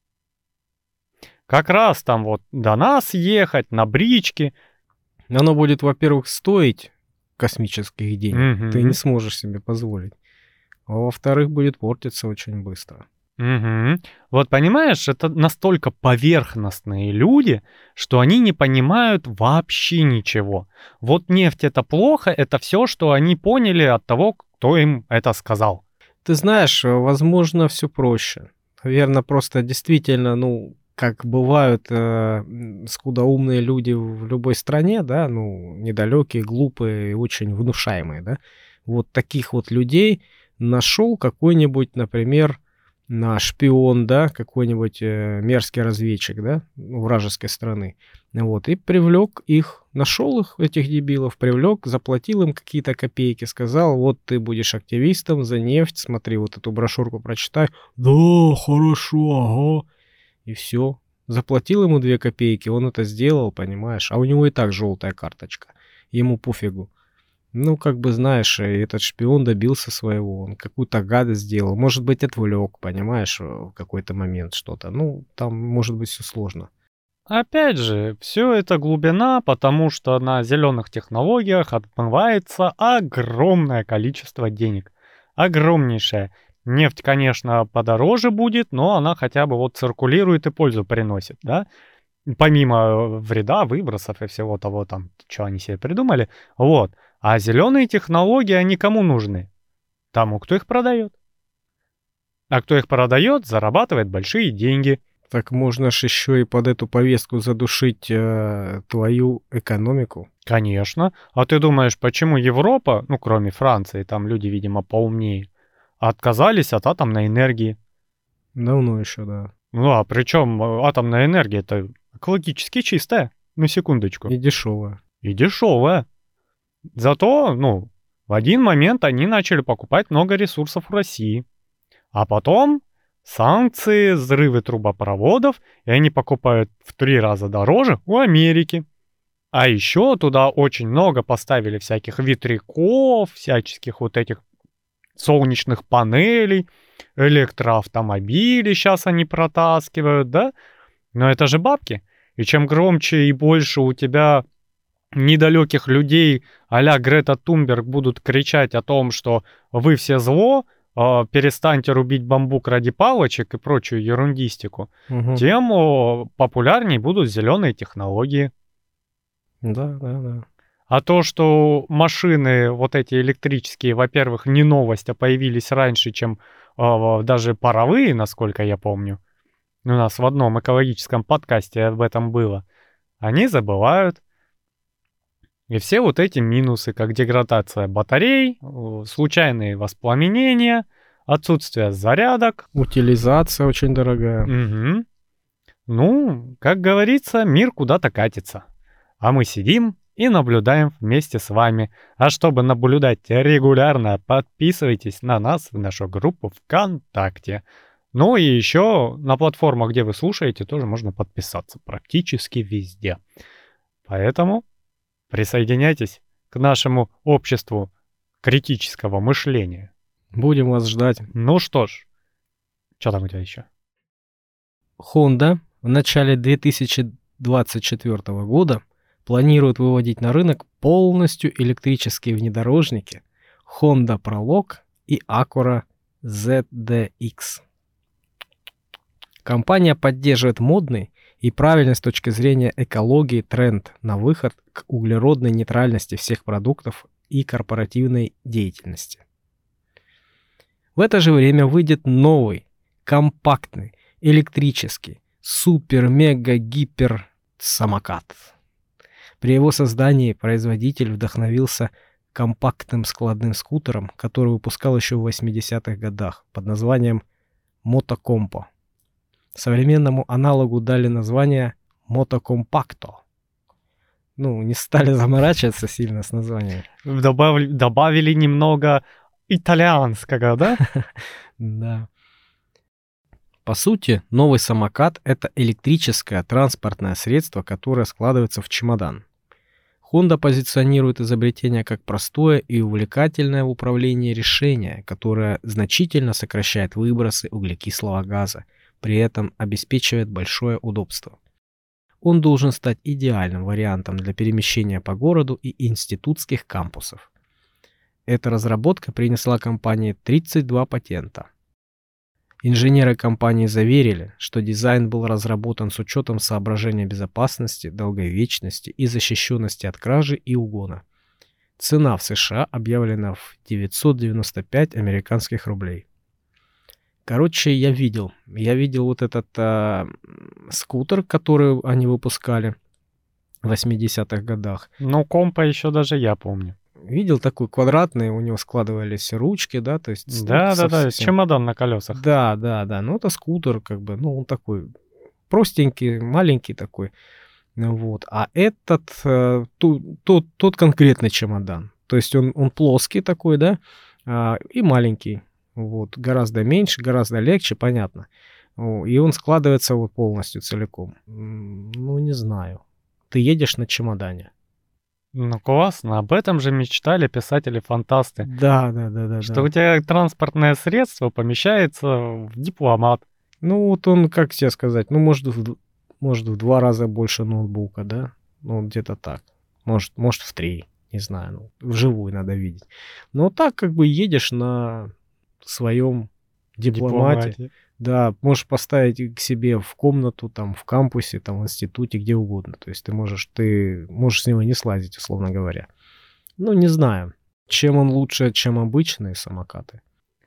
[SPEAKER 1] Как раз там вот до нас ехать на бричке.
[SPEAKER 2] Оно будет, во-первых, стоить космических денег,
[SPEAKER 1] Мгм.
[SPEAKER 2] ты не сможешь себе позволить. А во-вторых, будет портиться очень быстро.
[SPEAKER 1] Мгм. Вот понимаешь, это настолько поверхностные люди, что они не понимают вообще ничего. Вот нефть это плохо, это все, что они поняли от того, кто им это сказал.
[SPEAKER 2] Ты знаешь, возможно, все проще. Наверно, просто действительно, ну, как бывают, скудоумные люди в любой стране, да, ну, недалекие, глупые, очень внушаемые, да. Вот таких вот людей нашел какой-нибудь, например, шпион, да, какой-нибудь, мерзкий разведчик, да, ну, вражеской страны. Вот, и привлек их, нашел их, этих дебилов, привлек, заплатил им какие-то копейки, сказал: вот ты будешь активистом за нефть, смотри, вот эту брошюрку прочитай. Да, хорошо, ага. И все. Заплатил ему 2 копейки, он это сделал, понимаешь, а у него и так желтая карточка. Ему пофигу. Ну, как бы, знаешь, этот шпион добился своего, он какую-то гадость сделал, может быть, отвлек, понимаешь, в какой-то момент что-то. Ну, там может быть все сложно.
[SPEAKER 1] Опять же, все это глубина, потому что на зеленых технологиях отмывается огромное количество денег. огромнейшая. Нефть, конечно, подороже будет, но она хотя бы вот циркулирует и пользу приносит, да? Помимо вреда, выбросов и всего того там, что они себе придумали. Вот. А зеленые технологии, они кому нужны? Тому, кто их продает. А кто их продает, зарабатывает большие деньги.
[SPEAKER 2] Так можно ж еще и под эту повестку задушить твою экономику.
[SPEAKER 1] Конечно. А ты думаешь, почему Европа, ну, кроме Франции, там люди, видимо, поумнее, отказались от атомной энергии?
[SPEAKER 2] Давно еще, да.
[SPEAKER 1] Ну, а причем атомная энергия это экологически чистая, на секундочку.
[SPEAKER 2] И дешевая.
[SPEAKER 1] И дешевая. Зато, ну, в один момент они начали покупать много ресурсов у России. А потом санкции, взрывы трубопроводов, и они покупают в 3 раза дороже у Америки. А еще туда очень много поставили всяких ветряков, всяческих вот этих солнечных панелей, электроавтомобили сейчас они протаскивают, да? Но это же бабки. И чем громче и больше у тебя недалеких людей а-ля Грета Тунберг будут кричать о том, что вы все зло, перестаньте рубить бамбук ради палочек и прочую ерундистику, тем популярнее будут зеленые технологии.
[SPEAKER 2] Да, да, да.
[SPEAKER 1] А то, что машины вот эти электрические, во-первых, не новость, а появились раньше, чем даже паровые, насколько я помню. У нас в одном экологическом подкасте об этом было. Они забывают. И все вот эти минусы, как деградация батарей, случайные воспламенения, отсутствие зарядок.
[SPEAKER 2] Утилизация очень дорогая.
[SPEAKER 1] Угу. Ну, как говорится, мир куда-то катится. А мы сидим и наблюдаем вместе с вами. А чтобы наблюдать регулярно, подписывайтесь на нас в нашу группу ВКонтакте. Ну и еще на платформах, где вы слушаете, тоже можно подписаться практически везде. Поэтому присоединяйтесь к нашему обществу критического мышления.
[SPEAKER 2] Будем вас ждать.
[SPEAKER 1] Ну что ж, что там у тебя еще?
[SPEAKER 2] Honda в начале 2024 года планирует выводить на рынок полностью электрические внедорожники Honda Prologue и Acura ZDX. Компания поддерживает модный и правильный с точки зрения экологии тренд на выход к углеродной нейтральности всех продуктов и корпоративной деятельности. В это же время выйдет новый, компактный, электрический, супер-мега-гипер-самокат. При его создании производитель вдохновился компактным складным скутером, который выпускал еще в 80-х годах под названием Мотокомпо. Современному аналогу дали название Мотокомпакто. Ну, не стали заморачиваться сильно с названием.
[SPEAKER 1] Добавили немного итальянского, да?
[SPEAKER 2] Да. По сути, новый самокат — это электрическое транспортное средство, которое складывается в чемодан. Honda позиционирует изобретение как простое и увлекательное в управлении решение, которое значительно сокращает выбросы углекислого газа, при этом обеспечивает большое удобство. Он должен стать идеальным вариантом для перемещения по городу и институтских кампусов. Эта разработка принесла компании 32 патента. Инженеры компании заверили, что дизайн был разработан с учетом соображения безопасности, долговечности и защищенности от кражи и угона. Цена в США объявлена в 995 американских рублей. Короче, я видел вот этот скутер, который они выпускали в 80-х годах.
[SPEAKER 1] Ну, компа еще даже я помню.
[SPEAKER 2] Видел такой квадратный, у него складывались ручки, да, то есть...
[SPEAKER 1] Да, чемодан на колесах.
[SPEAKER 2] Да, ну это скутер, как бы, ну он такой простенький, маленький такой, вот. А этот, тот конкретный чемодан, то есть он плоский такой, да, и маленький, вот, гораздо меньше, гораздо легче, понятно, и он складывается вот полностью целиком. Ну, не знаю, ты едешь на чемодане.
[SPEAKER 1] Ну, классно. Об этом же мечтали писатели-фантасты.
[SPEAKER 2] Да.
[SPEAKER 1] Что у тебя транспортное средство помещается в дипломат.
[SPEAKER 2] Ну, вот он, как тебе сказать, ну, может в 2 раза больше ноутбука, да? Ну, где-то так. Может в 3, не знаю. Ну, вживую надо видеть. Но так как бы едешь на своем дипломате.
[SPEAKER 1] Дипломатия.
[SPEAKER 2] Да, можешь поставить к себе в комнату, там, в кампусе, там, в институте, где угодно. То есть ты можешь с него не слазить, условно говоря. Ну, не знаю, чем он лучше, чем обычные самокаты.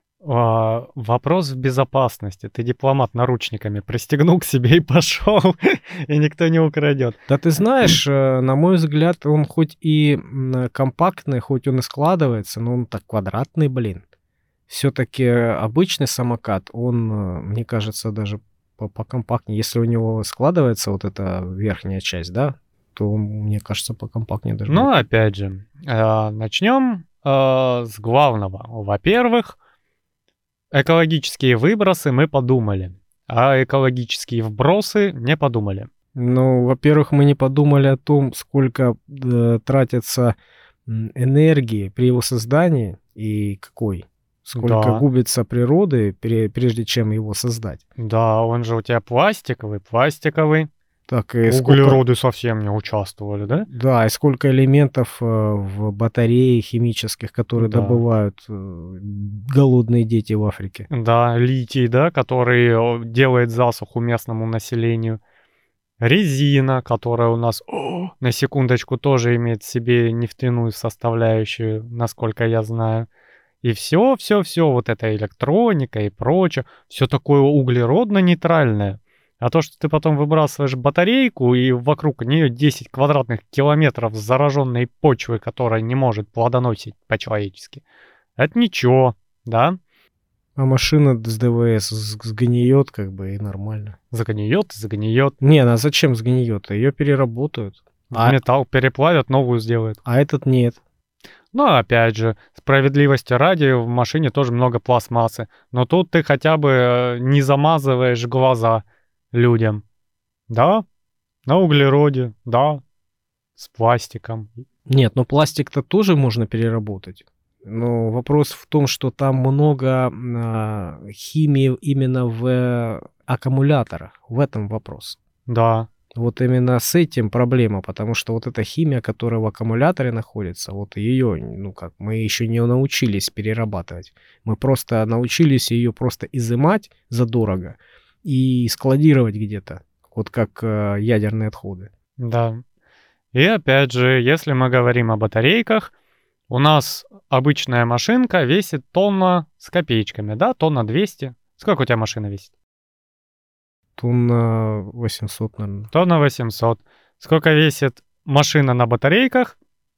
[SPEAKER 1] Вопрос в безопасности. Ты дипломат наручниками пристегнул к себе и пошел, и никто не украдет.
[SPEAKER 2] Да ты знаешь, на мой взгляд, он хоть и компактный, хоть он и складывается, но он так квадратный, блин. Все-таки обычный самокат, он, мне кажется, даже покомпактнее. Если у него складывается вот эта верхняя часть, да, то он, мне кажется, покомпактнее даже
[SPEAKER 1] Ну,
[SPEAKER 2] будет.
[SPEAKER 1] опять же, начнем с главного. Во-первых, экологические выбросы мы подумали, а экологические вбросы не подумали.
[SPEAKER 2] Ну, во-первых, мы не подумали о том, сколько тратится энергии при его создании и какой. Сколько
[SPEAKER 1] Да.
[SPEAKER 2] губится природы, прежде чем его создать.
[SPEAKER 1] Да, он же у тебя пластиковый.
[SPEAKER 2] Так и сколько...
[SPEAKER 1] Углероды совсем не участвовали, да?
[SPEAKER 2] Да, и сколько элементов в батарее химических, которые
[SPEAKER 1] Да.
[SPEAKER 2] добывают голодные дети в Африке.
[SPEAKER 1] Да, литий, да, который делает засуху местному населению. Резина, которая у нас, на секундочку, тоже имеет в себе нефтяную составляющую, насколько я знаю. И все, вот эта электроника и прочее, все такое углеродно-нейтральное. А то, что ты потом выбрасываешь батарейку, и вокруг нее 10 квадратных километров зараженной почвы, которая не может плодоносить по-человечески, это ничего, да?
[SPEAKER 2] А машина с ДВС сгниет как бы и нормально.
[SPEAKER 1] Загниет.
[SPEAKER 2] Не, а зачем сгниет? Ее переработают.
[SPEAKER 1] В металл переплавят, новую сделают.
[SPEAKER 2] А этот нет.
[SPEAKER 1] Ну, опять же, справедливости ради, в машине тоже много пластмассы. Но тут ты хотя бы не замазываешь глаза людям. Да, на углероде, да, с пластиком.
[SPEAKER 2] Нет, но пластик-то тоже можно переработать. Но вопрос в том, что там много химии именно в аккумуляторах. В этом вопрос.
[SPEAKER 1] Да.
[SPEAKER 2] Вот именно с этим проблема, потому что вот эта химия, которая в аккумуляторе находится, вот ее, мы еще не научились перерабатывать. Мы просто научились ее просто изымать задорого и складировать где-то, вот как ядерные отходы.
[SPEAKER 1] Да. И опять же, если мы говорим о батарейках, у нас обычная машинка весит тонна с копеечками, да, тонна 200. Сколько у тебя машина весит?
[SPEAKER 2] Тонна 800, наверное.
[SPEAKER 1] Тонна 800. Сколько весит машина на батарейках?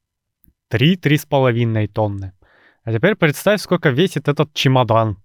[SPEAKER 1] 3-3,5 тонны. А теперь представь, сколько весит этот чемодан.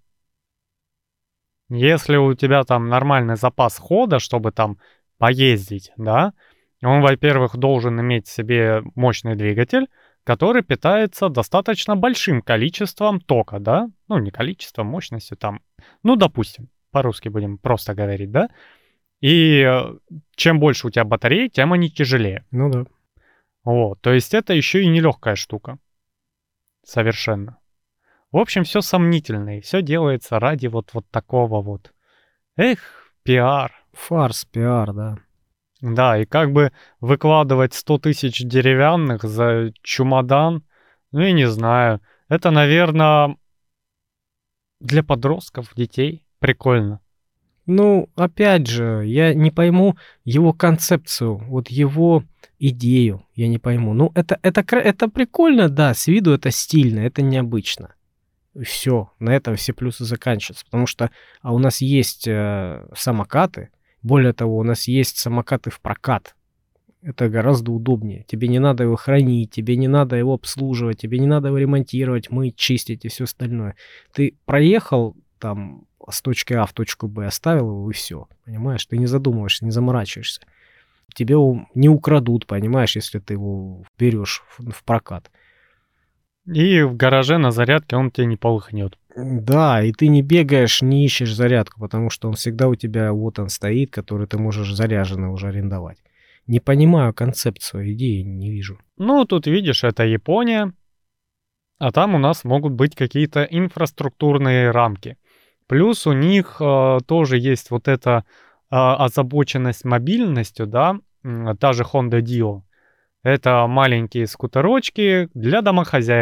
[SPEAKER 1] Если у тебя там нормальный запас хода, чтобы там поездить, да, он, во-первых, должен иметь в себе мощный двигатель, который питается достаточно большим количеством тока, да? Ну, не количеством, мощностью там. Ну, допустим, по-русски будем просто говорить, да? И чем больше у тебя батареи, тем они тяжелее.
[SPEAKER 2] Ну да.
[SPEAKER 1] Вот, то есть это еще и нелегкая штука. Совершенно. В общем, все сомнительно, и все делается ради вот такого вот. Эх, пиар.
[SPEAKER 2] Фарс, пиар, да.
[SPEAKER 1] Да, и как бы выкладывать 100 тысяч деревянных за чемодан, ну, я не знаю. Это, наверное, для подростков, детей прикольно.
[SPEAKER 2] Ну, опять же, я не пойму его концепцию, вот его идею, я не пойму. Ну, это прикольно, да, с виду это стильно, это необычно. Все, на этом все плюсы заканчиваются, потому что у нас есть самокаты, более того, у нас есть самокаты в прокат. Это гораздо удобнее. Тебе не надо его хранить, тебе не надо его обслуживать, тебе не надо его ремонтировать, мыть, чистить и все остальное. Ты проехал там с точки А в точку Б, оставил его и все. Понимаешь? Ты не задумываешься, не заморачиваешься. Тебе его не украдут, понимаешь, если ты его берешь в прокат.
[SPEAKER 1] И в гараже на зарядке он тебе не полыхнет.
[SPEAKER 2] Да, и ты не бегаешь, не ищешь зарядку, потому что он всегда у тебя вот он стоит, который ты можешь заряженный уже арендовать. Не понимаю концепцию, идеи не вижу.
[SPEAKER 1] Ну, тут видишь, это Япония, а там у нас могут быть какие-то инфраструктурные рамки. Плюс у них тоже есть вот эта озабоченность мобильностью, да, та же Honda Dio. Это маленькие скутерочки для домохозяек,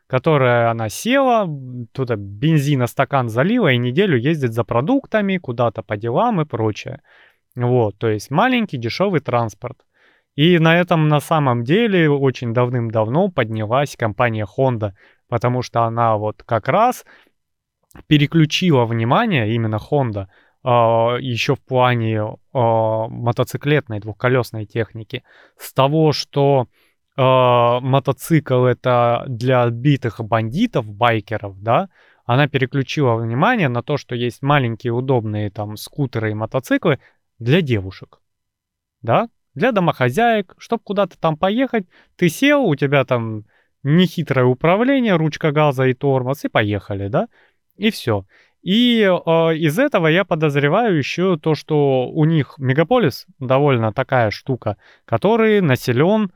[SPEAKER 1] которая она села, туда бензина стакан залила и неделю ездит за продуктами, куда-то по делам и прочее. Вот, то есть маленький дешевый транспорт. И на этом на самом деле очень давным-давно поднялась компания Honda, потому что она вот как раз переключила внимание, именно Honda, еще в плане мотоциклетной двухколесной техники, с того, что мотоцикл это для отбитых бандитов, байкеров, да, она переключила внимание на то, что есть маленькие удобные там скутеры и мотоциклы для девушек, да, для домохозяек, чтобы куда-то там поехать, ты сел, у тебя там нехитрое управление, ручка газа и тормоз, и поехали, да, и все. И из этого я подозреваю еще то, что у них мегаполис довольно такая штука, который населен,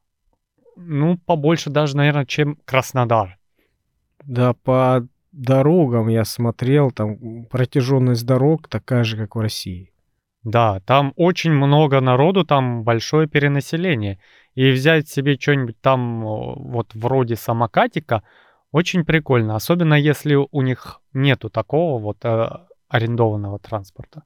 [SPEAKER 1] ну, побольше даже, наверное, чем Краснодар.
[SPEAKER 2] Да, по дорогам я смотрел, там протяженность дорог такая же, как в России.
[SPEAKER 1] Да, там очень много народу, там большое перенаселение. И взять себе что-нибудь там вот вроде самокатика очень прикольно. Особенно если у них нету такого вот арендованного транспорта.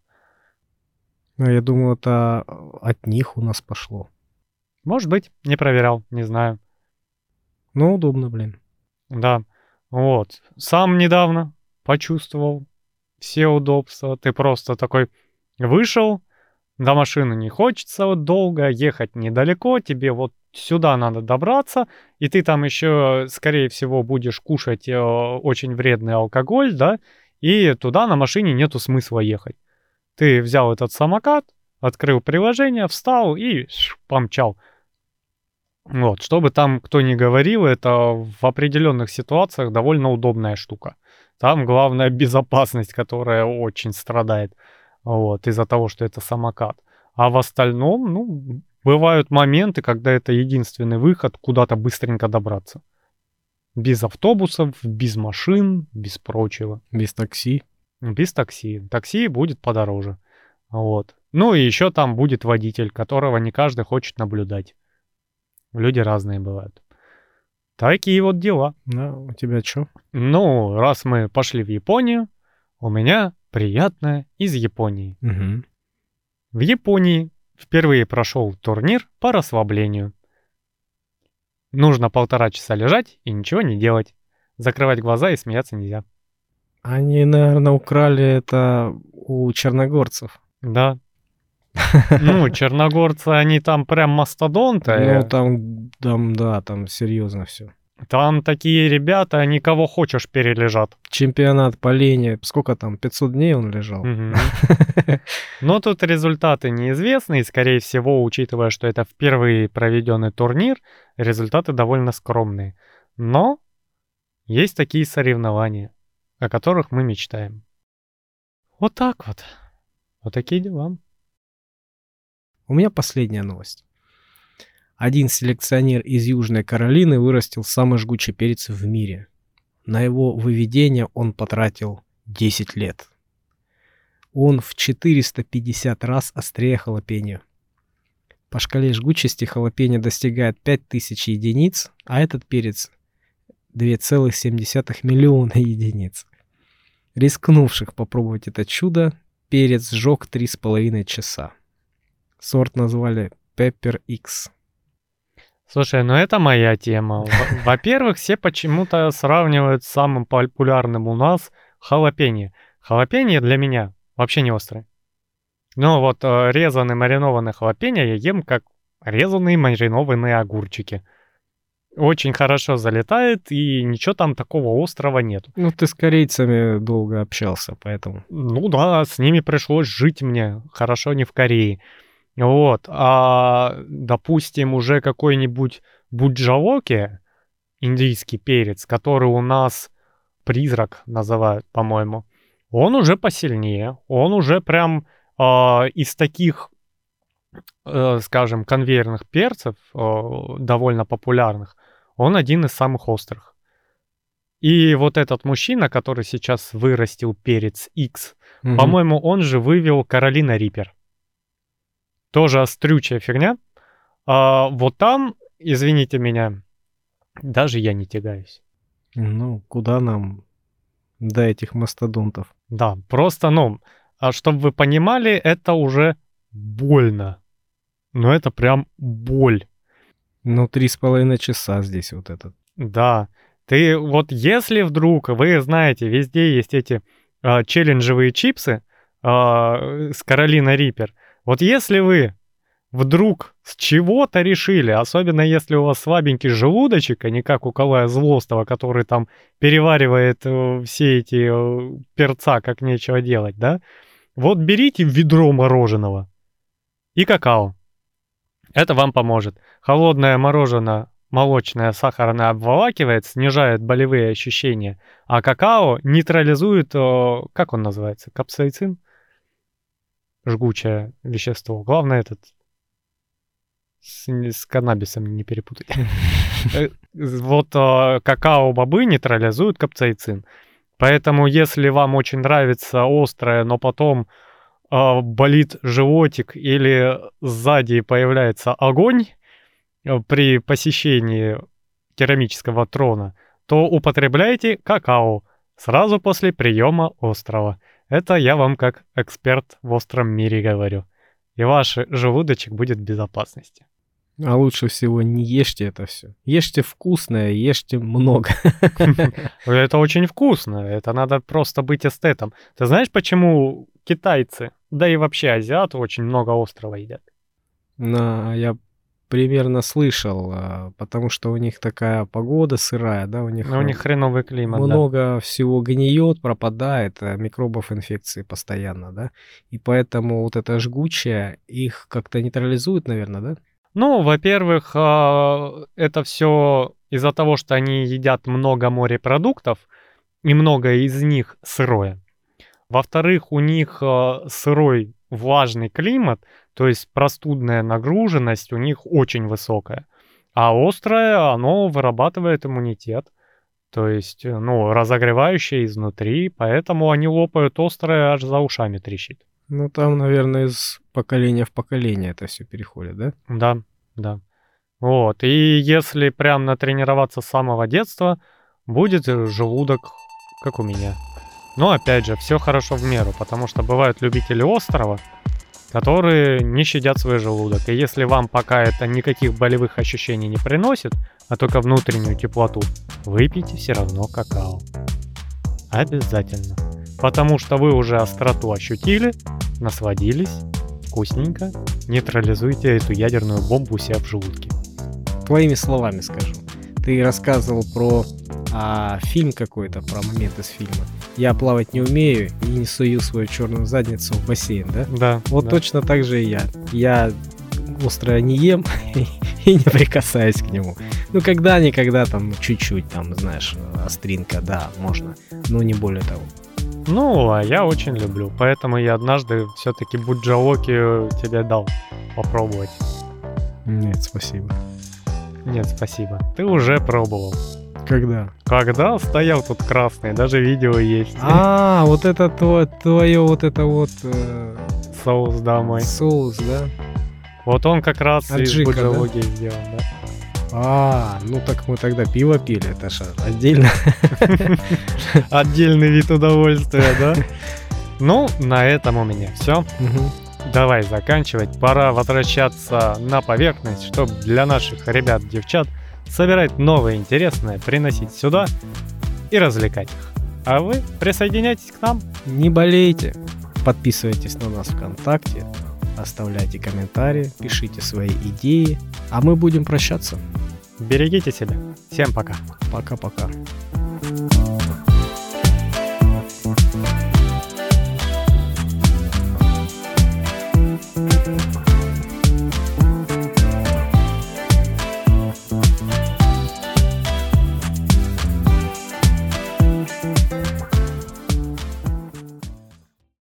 [SPEAKER 2] Но я думаю, это от них у нас пошло.
[SPEAKER 1] Может быть, не проверял, не знаю.
[SPEAKER 2] Но удобно, блин.
[SPEAKER 1] Да, вот. Сам недавно почувствовал все удобства. Ты просто такой вышел, до машины не хочется вот долго, ехать недалеко, тебе вот сюда надо добраться, и ты там еще, скорее всего, будешь кушать очень вредный алкоголь, да, и туда на машине нету смысла ехать. Ты взял этот самокат, открыл приложение, встал и помчал. Вот, чтобы там кто ни говорил, это в определенных ситуациях довольно удобная штука. Там главное безопасность, которая очень страдает, вот, из-за того, что это самокат. А в остальном, ну, бывают моменты, когда это единственный выход куда-то быстренько добраться. Без автобусов, без машин, без прочего.
[SPEAKER 2] Без такси.
[SPEAKER 1] Без такси. Такси будет подороже. Вот. Ну и еще там будет водитель, которого не каждый хочет наблюдать. Люди разные бывают. Такие вот дела.
[SPEAKER 2] Да, у тебя что?
[SPEAKER 1] Ну, раз мы пошли в Японию, у меня приятное из Японии.
[SPEAKER 2] Угу.
[SPEAKER 1] В Японии впервые прошел турнир по расслаблению. Нужно 1,5 часа лежать и ничего не делать. Закрывать глаза и смеяться нельзя.
[SPEAKER 2] Они, наверное, украли это у черногорцев.
[SPEAKER 1] Да. Ну, черногорцы, они там прям мастодонты.
[SPEAKER 2] Ну, там серьезно все.
[SPEAKER 1] Там такие ребята, они кого хочешь перележат.
[SPEAKER 2] Чемпионат по лени, сколько там, 500 дней он лежал?
[SPEAKER 1] Но тут результаты неизвестны, и, скорее всего, учитывая, что это впервые проведенный турнир, результаты довольно скромные. Но есть такие соревнования, о которых мы мечтаем. Вот так вот. Вот такие дела.
[SPEAKER 2] У меня последняя новость. Один селекционер из Южной Каролины вырастил самый жгучий перец в мире. На его выведение он потратил 10 лет. Он в 450 раз острее халапеньо. По шкале жгучести халапеньо достигает 5000 единиц, а этот перец 2,7 миллиона единиц. Рискнувших попробовать это чудо, перец сжег 3,5 часа. Сорт назвали Pepper X.
[SPEAKER 1] Слушай, ну это моя тема. Во-первых, все почему-то сравнивают с самым популярным у нас халапеньо. Халапеньо для меня вообще не острый. Ну вот резаный маринованный халапеньо я ем как резаные маринованные огурчики. Очень хорошо залетает, и ничего там такого острого нет.
[SPEAKER 2] Ну, ты с корейцами долго общался, поэтому...
[SPEAKER 1] Ну да, с ними пришлось жить мне. Хорошо не в Корее. Вот. А, допустим, уже какой-нибудь буджаоки, индийский перец, который у нас призрак называют, по-моему, он уже посильнее. Он уже прям из таких, скажем, конвейерных перцев, довольно популярных, он один из самых острых. И вот этот мужчина, который сейчас вырастил перец X, по-моему, он же вывел Каролина Риппер. Тоже острючая фигня. Вот там, извините меня, даже я не тягаюсь.
[SPEAKER 2] Ну, куда нам до этих мастодонтов?
[SPEAKER 1] Да, просто, чтобы вы понимали, это уже больно. Но это прям боль.
[SPEAKER 2] Ну, 3,5 часа здесь вот этот.
[SPEAKER 1] Да. Ты вот если вдруг вы знаете, везде есть эти челленджевые чипсы с Carolina Reaper. Вот если вы вдруг с чего-то решили, особенно если у вас слабенький желудочек, а не как у Калая Злостого, который там переваривает все эти перца, как нечего делать, да? Вот берите ведро мороженого и какао. Это вам поможет. Холодное мороженое, молочное, сахарное обволакивает, снижает болевые ощущения, а какао нейтрализует, как он называется, капсаицин? Жгучее вещество. Главное с каннабисом не перепутать. Вот какао-бобы нейтрализуют капсаицин. Поэтому если вам очень нравится острое, но потом болит животик или сзади появляется огонь при посещении керамического трона, то употребляйте какао сразу после приема острого. Это я вам как эксперт в остром мире говорю. И ваш желудочек будет в безопасности.
[SPEAKER 2] А лучше всего не ешьте это все. Ешьте вкусное, ешьте много.
[SPEAKER 1] Это очень вкусно. Это надо просто быть эстетом. Ты знаешь, почему китайцы, да и вообще азиаты очень много острого едят?
[SPEAKER 2] Я примерно слышал, потому что у них такая погода сырая, да, у них
[SPEAKER 1] хреновый климат,
[SPEAKER 2] много всего гниет, пропадает, микробов инфекции постоянно, да, и поэтому вот это жгучее их как-то нейтрализует, наверное, да?
[SPEAKER 1] Ну, во-первых, это все из-за того, что они едят много морепродуктов, и многое из них сырое. Во-вторых, у них сырой влажный климат, то есть простудная нагруженность у них очень высокая. А острое, оно вырабатывает иммунитет, то есть, разогревающее изнутри, поэтому они лопают острое, аж за ушами трещит.
[SPEAKER 2] Ну, там, наверное, из поколения в поколение это все переходит, да?
[SPEAKER 1] Да. Вот, и если прям натренироваться с самого детства, будет желудок, как у меня. Но опять же, все хорошо в меру, потому что бывают любители острого, которые не щадят свой желудок. И если вам пока это никаких болевых ощущений не приносит, а только внутреннюю теплоту, выпейте все равно какао. Обязательно. Потому что вы уже остроту ощутили, насладились, вкусненько, нейтрализуйте эту ядерную бомбу у себя в желудке.
[SPEAKER 2] Твоими словами скажу. Ты рассказывал про фильм какой-то, про момент из фильма. Я плавать не умею и не сую свою черную задницу в бассейн, да?
[SPEAKER 1] Да.
[SPEAKER 2] Вот
[SPEAKER 1] да.
[SPEAKER 2] Точно так же и я. Я острое не ем и не прикасаюсь к нему. Ну, когда-никогда там чуть-чуть, там, знаешь, остринка, да, можно, но не более того.
[SPEAKER 1] Ну, а я очень люблю, поэтому я однажды все-таки буджаоки тебе дал попробовать.
[SPEAKER 2] Нет, спасибо.
[SPEAKER 1] Нет, спасибо. Ты уже пробовал.
[SPEAKER 2] Когда?
[SPEAKER 1] Когда стоял тут красный, даже видео есть.
[SPEAKER 2] Вот это твое вот это вот...
[SPEAKER 1] Соус, да, мой.
[SPEAKER 2] Соус, да?
[SPEAKER 1] Вот он как раз из буджаоки сделан, да.
[SPEAKER 2] Ну так мы тогда пиво пили, это же отдельно.
[SPEAKER 1] Отдельный вид удовольствия, да? Ну, на этом у меня все. Давай заканчивать. Пора возвращаться на поверхность, чтобы для наших ребят-девчат собирать новое интересное, приносить сюда и развлекать их. А вы присоединяйтесь к нам.
[SPEAKER 2] Не болейте. Подписывайтесь на нас ВКонтакте, оставляйте комментарии, пишите свои идеи, а мы будем прощаться.
[SPEAKER 1] Берегите себя. Всем пока.
[SPEAKER 2] Пока-пока.